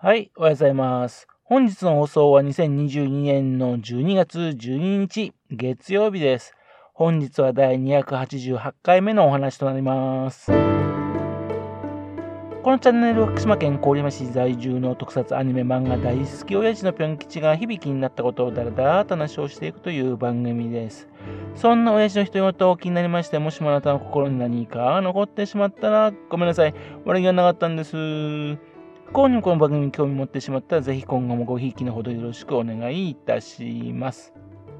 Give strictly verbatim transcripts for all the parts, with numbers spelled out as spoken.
はい、おはようございます。本日の放送はにせんにじゅうにねんのじゅうにがつじゅうににち、月曜日です。本日はだいにひゃくはちじゅうはちかいめのお話となります。このチャンネルは福島県郡山市在住の特撮アニメ漫画大好き親父のぴょん吉が響きになったことをだらだらと話をしていくという番組です。そんな親父の独り言を気になりまして、もしもあなたの心に何か残ってしまったらごめんなさい。悪気がなかったんです。不幸にもこの番組に興味持ってしまったら、ぜひ今後もごひいきのほどよろしくお願いいたします。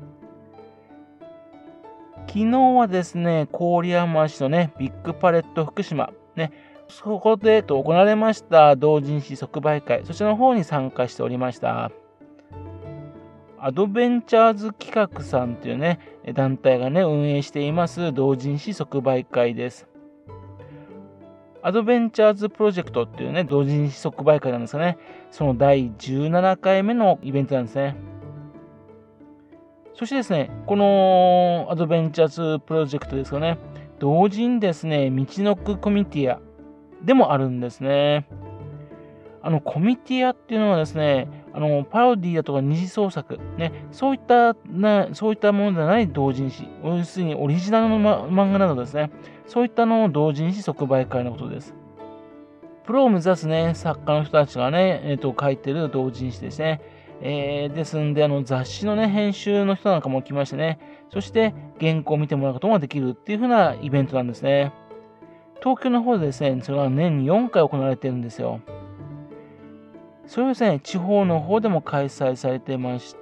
昨日はですね、郡山市のね、ビッグパレット福島、ね、そこでと行われました同人誌即売会、そちらの方に参加しておりました。アドベンチャーズ企画さんというね、団体がね、運営しています同人誌即売会です。アドベンチャーズプロジェクトっていうね、同人誌即売会なんですがね、そのだいじゅうななかいめのイベントなんですね。そしてですね、このアドベンチャーズプロジェクトですがね、同時にですね、道のくコミティアでもあるんですね。あの、コミティアっていうのはですね、あの、パロディだとか二次創作、ね、そういったな、そういったものではない同人誌、要するにオリジナルの、ま、漫画などですね、そういったのを同人誌即売会のことです。プロを目指すね、作家の人たちがね、えっと、書いてる同人誌ですね。えー、ですんで、あの、雑誌のね、編集の人なんかも来ましてね、そして原稿を見てもらうことができるっていう風なイベントなんですね。東京の方でですね、それは年によんかい行われてるんですよ。それはですね、地方の方でも開催されてまして、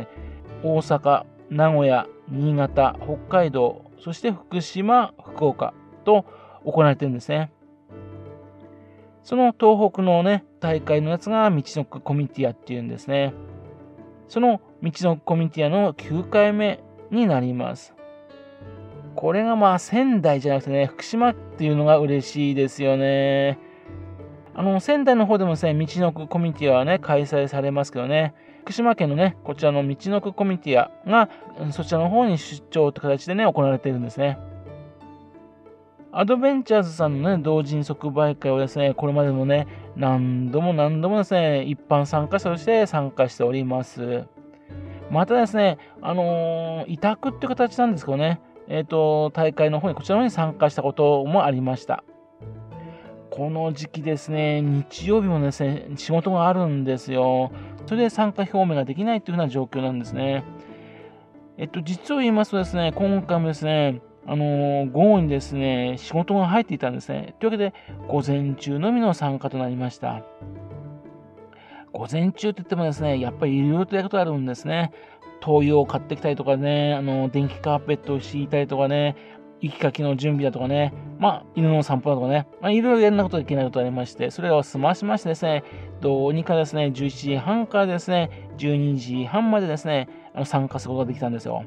大阪、名古屋、新潟、北海道、そして福島、福岡と行われてるんですね。その東北のね、大会のやつが道のくコミティアっていうんですね。その道のくコミティアのきゅうかいめになります。これがまあ仙台じゃなくてね、福島っていうのが嬉しいですよね。あの、仙台の方でもですね、道のくコミティアはね、開催されますけどね、福島県のね、こちらの道のくコミティアが、そちらの方に出張という形でね、行われているんですね。アドベンチャーズさんのね、同人即売会をですね、これまでもね、何度も何度もですね、一般参加者として参加しております。またですね、あのー委託っていう形なんですけどね、えっ、と、大会の方に、こちらの方に参加したこともありました。この時期ですね、日曜日もですね、仕事があるんですよ。それで参加表明ができないっていう風な状況なんですね。えっと、実を言いますとですね、今回もですね、あのー午後にですね、仕事が入っていたんですね。というわけで、午前中のみの参加となりました。午前中って言ってもですね、やっぱりいろいろとやることあるんですね。灯油を買ってきたりとかね、あの、電気カーペットを敷いたりとかね、雪かきの準備だとかね、まあ、犬の散歩だとかね、まあ、いろいろやんなことがいけないことがありまして、それを済ましましてですね、どうにかですね、じゅういちじはんからですね、じゅうにじはんまでですね、あの参加することができたんですよ。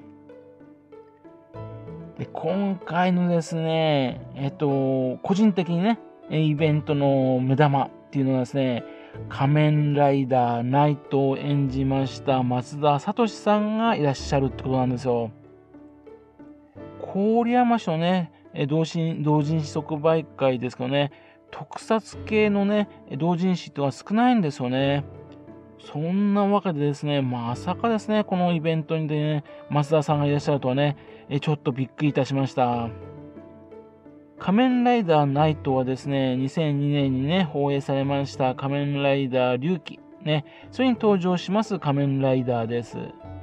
で、今回のですね、えっと、個人的にね、イベントの目玉っていうのはですね、仮面ライダーナイトを演じました松田聡さんがいらっしゃるってことなんですよ。郡山市のね、同人同人誌即売会ですけどね、特撮系のね、同人誌ってのは少ないんですよね。そんなわけでですね、まさかですね、このイベントにね、松田さんがいらっしゃるとはね、ちょっとびっくりいたしました。仮面ライダーナイトはですね、にせんにねんにね、放映されました仮面ライダー龍騎。ね、それに登場します仮面ライダーです。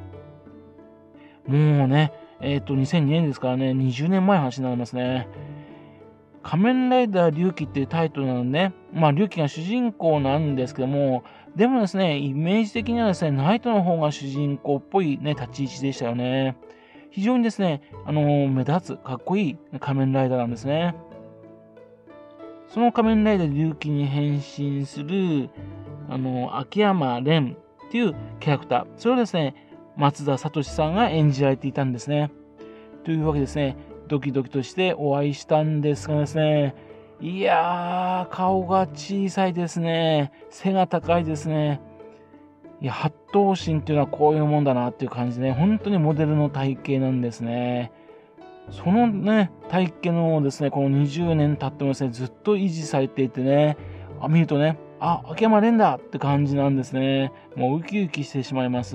もうね、えっと、にせんにねんですからね、にじゅうねんまえの話になりますね。仮面ライダー龍騎っていうタイトルなのでね、まあ、龍騎が主人公なんですけども、でもですね、イメージ的にはですね、ナイトの方が主人公っぽいね、立ち位置でしたよね。非常にですね、あのー目立つ、かっこいい仮面ライダーなんですね。その仮面ライダー龍騎に変身する、あのー秋山蓮っていうキャラクター、それをですね、松田聡さんが演じられていたんですね。というわけですね、ドキドキとしてお会いしたんですがですね、いやー、顔が小さいですね。背が高いですね。いや、八頭身っていうのはこういうもんだなっていう感じでね、本当にモデルの体型なんですね。そのね、体型のですね、このにじゅうねん経ってもですね、ずっと維持されていてね、あ見るとね、 あ、秋山蓮だって感じなんですね。もうウキウキしてしまいます。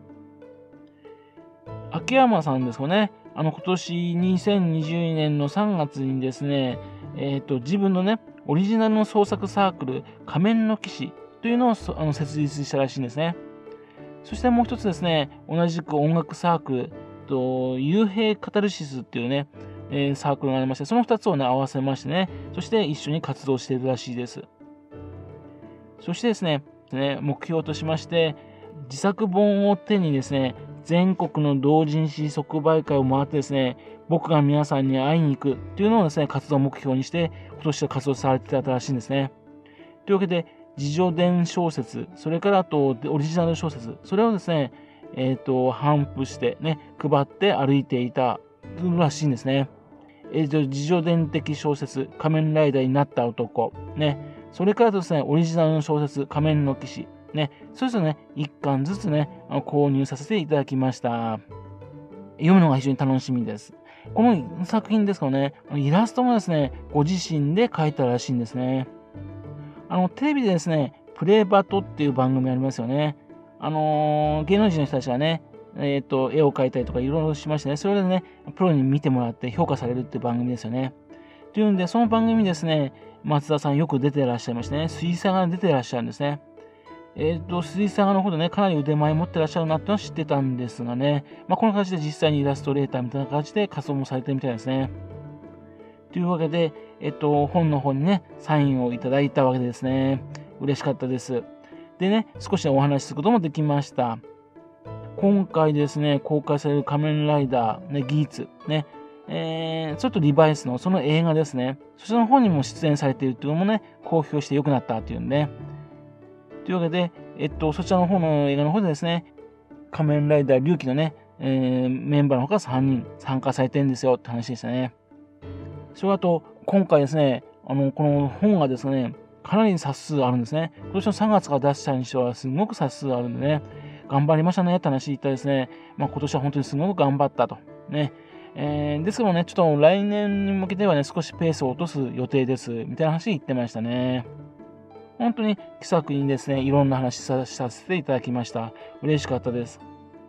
秋山さんですかね。あの、今年にせんにじゅうにねんのさんがつにですね、えっと、自分のね、オリジナルの創作サークル、仮面の騎士というのをあの設立したらしいんですね。そしてもう一つですね、同じく音楽サークルと、幽閉カタルシスっていうね、えー、サークルがありまして、そのふたつをね、合わせましてね、そして一緒に活動しているらしいです。そしてですね、ね目標としまして、自作本を手にですね、全国の同人誌即売会を回ってですね、僕が皆さんに会いに行くというのをですね、活動目標にして、今年は活動されてたらしいんですね。というわけで、自叙伝小説、それからあとオリジナル小説、それをですね、えっと、頒布してね、配って歩いていたらしいんですね。えっと、自叙伝的小説、仮面ライダーになった男、ね、それからですね、オリジナルの小説、仮面の騎士、ね、それぞれね、いっかんずつね、購入させていただきました。読むのが非常に楽しみです。この作品ですけどね、イラストもですね、ご自身で描いたらしいんですね。あの、テレビでですね、プレバトっていう番組ありますよね。あのー、芸能人の人たちがね、えっと、絵を描いたりとかいろいろしましてね、それでね、プロに見てもらって評価されるっていう番組ですよね。というんで、その番組にですね、松田さんよく出てらっしゃいましてね、水彩画が出てらっしゃるんですね。えっと、水彩画の方でね、かなり腕前持ってらっしゃるなってのは知ってたんですがね、まあ、この形で実際にイラストレーターみたいな形で仮装もされてるみたいですね。というわけで、えっと、本の方にね、サインをいただいたわけですね。嬉しかったです。でね、少しお話しすることもできました。今回ですね、公開される仮面ライダー、ね、ギーツ、ね、えー、ちょっとリバイスのその映画ですね、そちらの方にも出演されているというのもね、公表して良くなったというんで、ね、というわけで、えっと、そちらの方の映画の方でですね、仮面ライダー龍騎のね、えー、メンバーのほかさんにん参加されてるんですよって話でしたね。それあと、今回ですね、あの、この本がですね、かなり冊数あるんですね。今年のさんがつから出したにしては、すごく冊数あるんでね、頑張りましたねって話言ったらですね、まあ今年は本当にすごく頑張ったと。ね。えー、ですけどね、ちょっと来年に向けてはね、少しペースを落とす予定です、みたいな話言ってましたね。本当に気さくにですね、いろんな話ささせていただきました。嬉しかったです。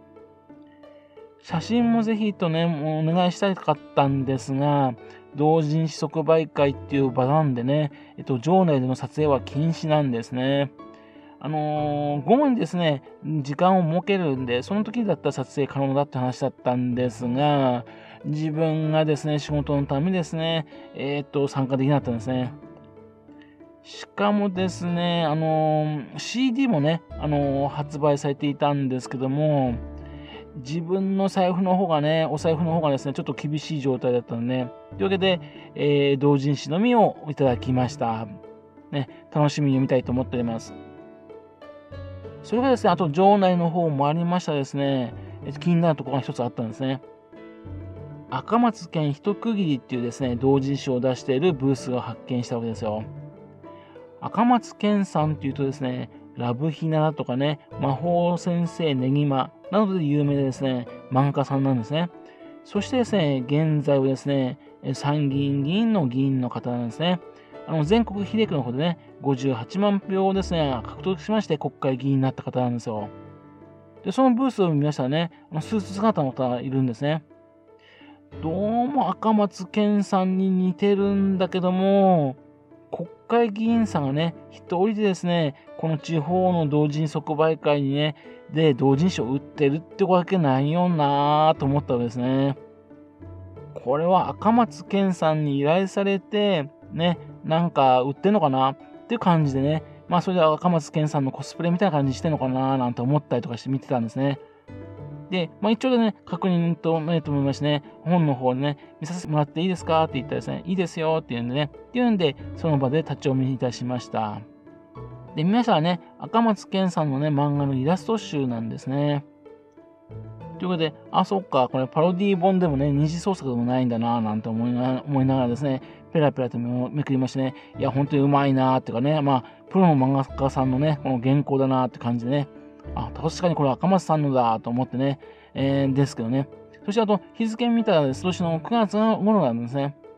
写真もぜひとね、お願いしたかったんですが、同人誌即売会っていう場なんでね、えっと、場内での撮影は禁止なんですね。あのー、午後にですね、時間を設けるんで、その時だったら撮影可能だって話だったんですが、自分がですね、仕事のためにですね、えー、っと、参加できなかったんですね。しかもですね、あのー、シーディー もね、あのー、発売されていたんですけども、自分の財布の方がね、お財布の方がですね、ちょっと厳しい状態だったので、というわけで、えー、同人誌のみをいただきました。ね、楽しみに読みたいと思っております。それがですね、あと場内の方もありましたですね、気になるところが一つあったんですね。赤松県一区切りっていうですね、同人誌を出しているブースを発見したわけですよ。赤松健さんっていうとですね、ラブヒナだとかね、魔法先生ネギマなどで有名でですね、漫画家さんなんですね。そしてですね、現在はですね、参議院議員の議員の方なんですね。あの全国比例区の方でね、ごじゅうはちまんひょうをですね、獲得しまして国会議員になった方なんですよ。で、そのブースを見ましたらね、スーツ姿の方がいるんですね。どうも赤松健さんに似てるんだけども、国会議員さんがね、一人でですね、この地方の同人即売会にね、で、同人誌を売ってるってわけないよなぁと思ったわけですね。これは赤松健さんに依頼されて、ね、なんか売ってんのかなっていう感じでね、まあそれで赤松健さんのコスプレみたいな感じにしてんのかななんて思ったりとかして見てたんですね。で、まあ一応でね、確認とね、と思いましてね、本の方でね、見させてもらっていいですかって言ったらですね、いいですよって言うんでね、っていうんで、その場で立ち読みいたしました。で、見ましたらね、赤松健さんのね、漫画のイラスト集なんですね。ということで、あ、そっか、これパロディ本でもね、二次創作でもないんだなぁなんて思いな思いながらですね、ペラペラとめくりましてね、いや、本当にうまいなーっていうかね、まあ、プロの漫画家さんのね、この原稿だなーって感じでね、あ、確かにこれ赤松さんのだと思ってね、えー、ですけどね。そしてあと、日付見たら、今年のくがつ頃なんですね。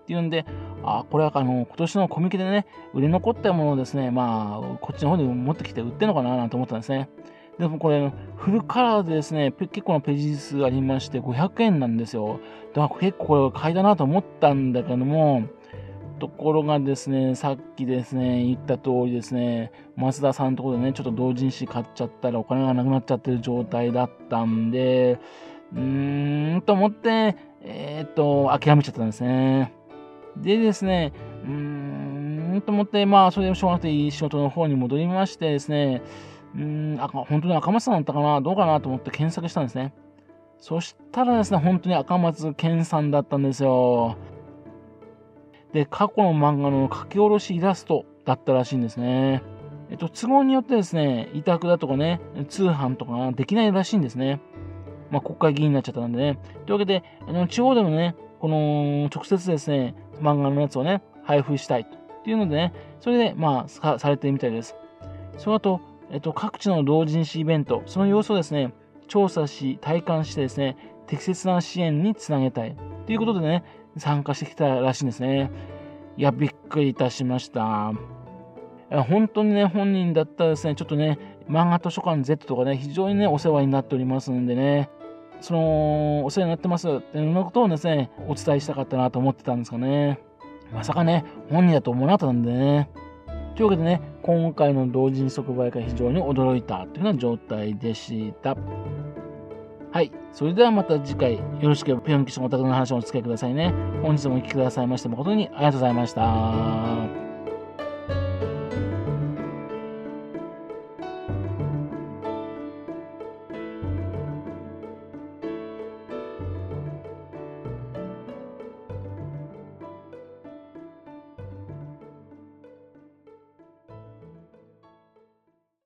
っていうんで、あ、これはあの、今年のコミケでね、売れ残ったものをですね、まあ、こっちの方に持ってきて売ってんのかななんて思ったんですね。でもこれ、フルカラーでですね、結構なページ数ありまして、ごひゃくえんなんですよ。だから結構これ買いだなと思ったんだけども、ところがですね、さっきですね、言った通りですね、増田さんのところでね、ちょっと同人誌買っちゃったらお金がなくなっちゃってる状態だったんで、うーん、と思って、えー、っと、諦めちゃったんですね。でですね、うーん、と思って、まあ、それでしょうがなくていい仕事の方に戻りましてですね、うーん、あ、本当に赤松さんだったかな、どうかなと思って検索したんですね。そしたらですね、本当に赤松健さんだったんですよ。で、過去の漫画の書き下ろしイラストだったらしいんですね。えっと、都合によってですね、委託だとかね、通販とかができないらしいんですね。まあ、国会議員になっちゃったんでね。というわけで、あの地方でもね、この直接ですね、漫画のやつをね、配布したいっていうのでね、それで、まあ、さされてるみたいです。その後、えっと、各地の同人誌イベント、その様子をですね、調査し、体感してですね、適切な支援につなげたいということでね、参加してきたらしいんですね。いや、びっくりいたしました。本当にね、本人だったらですね、ちょっとね、漫画図書館 Z とかね、非常にね、お世話になっておりますんでね、その、お世話になってますっていうのことをですね、お伝えしたかったなと思ってたんですかね。まさかね、本人だと思わなかったんでね。というわけでね、今回の同人即売会非常に驚いたというような状態でした。はい。それではまた次回、よろしければぴょん吉のお宅の話をお付き合いくださいね。本日もお聞きくださいまして誠にありがとうございました。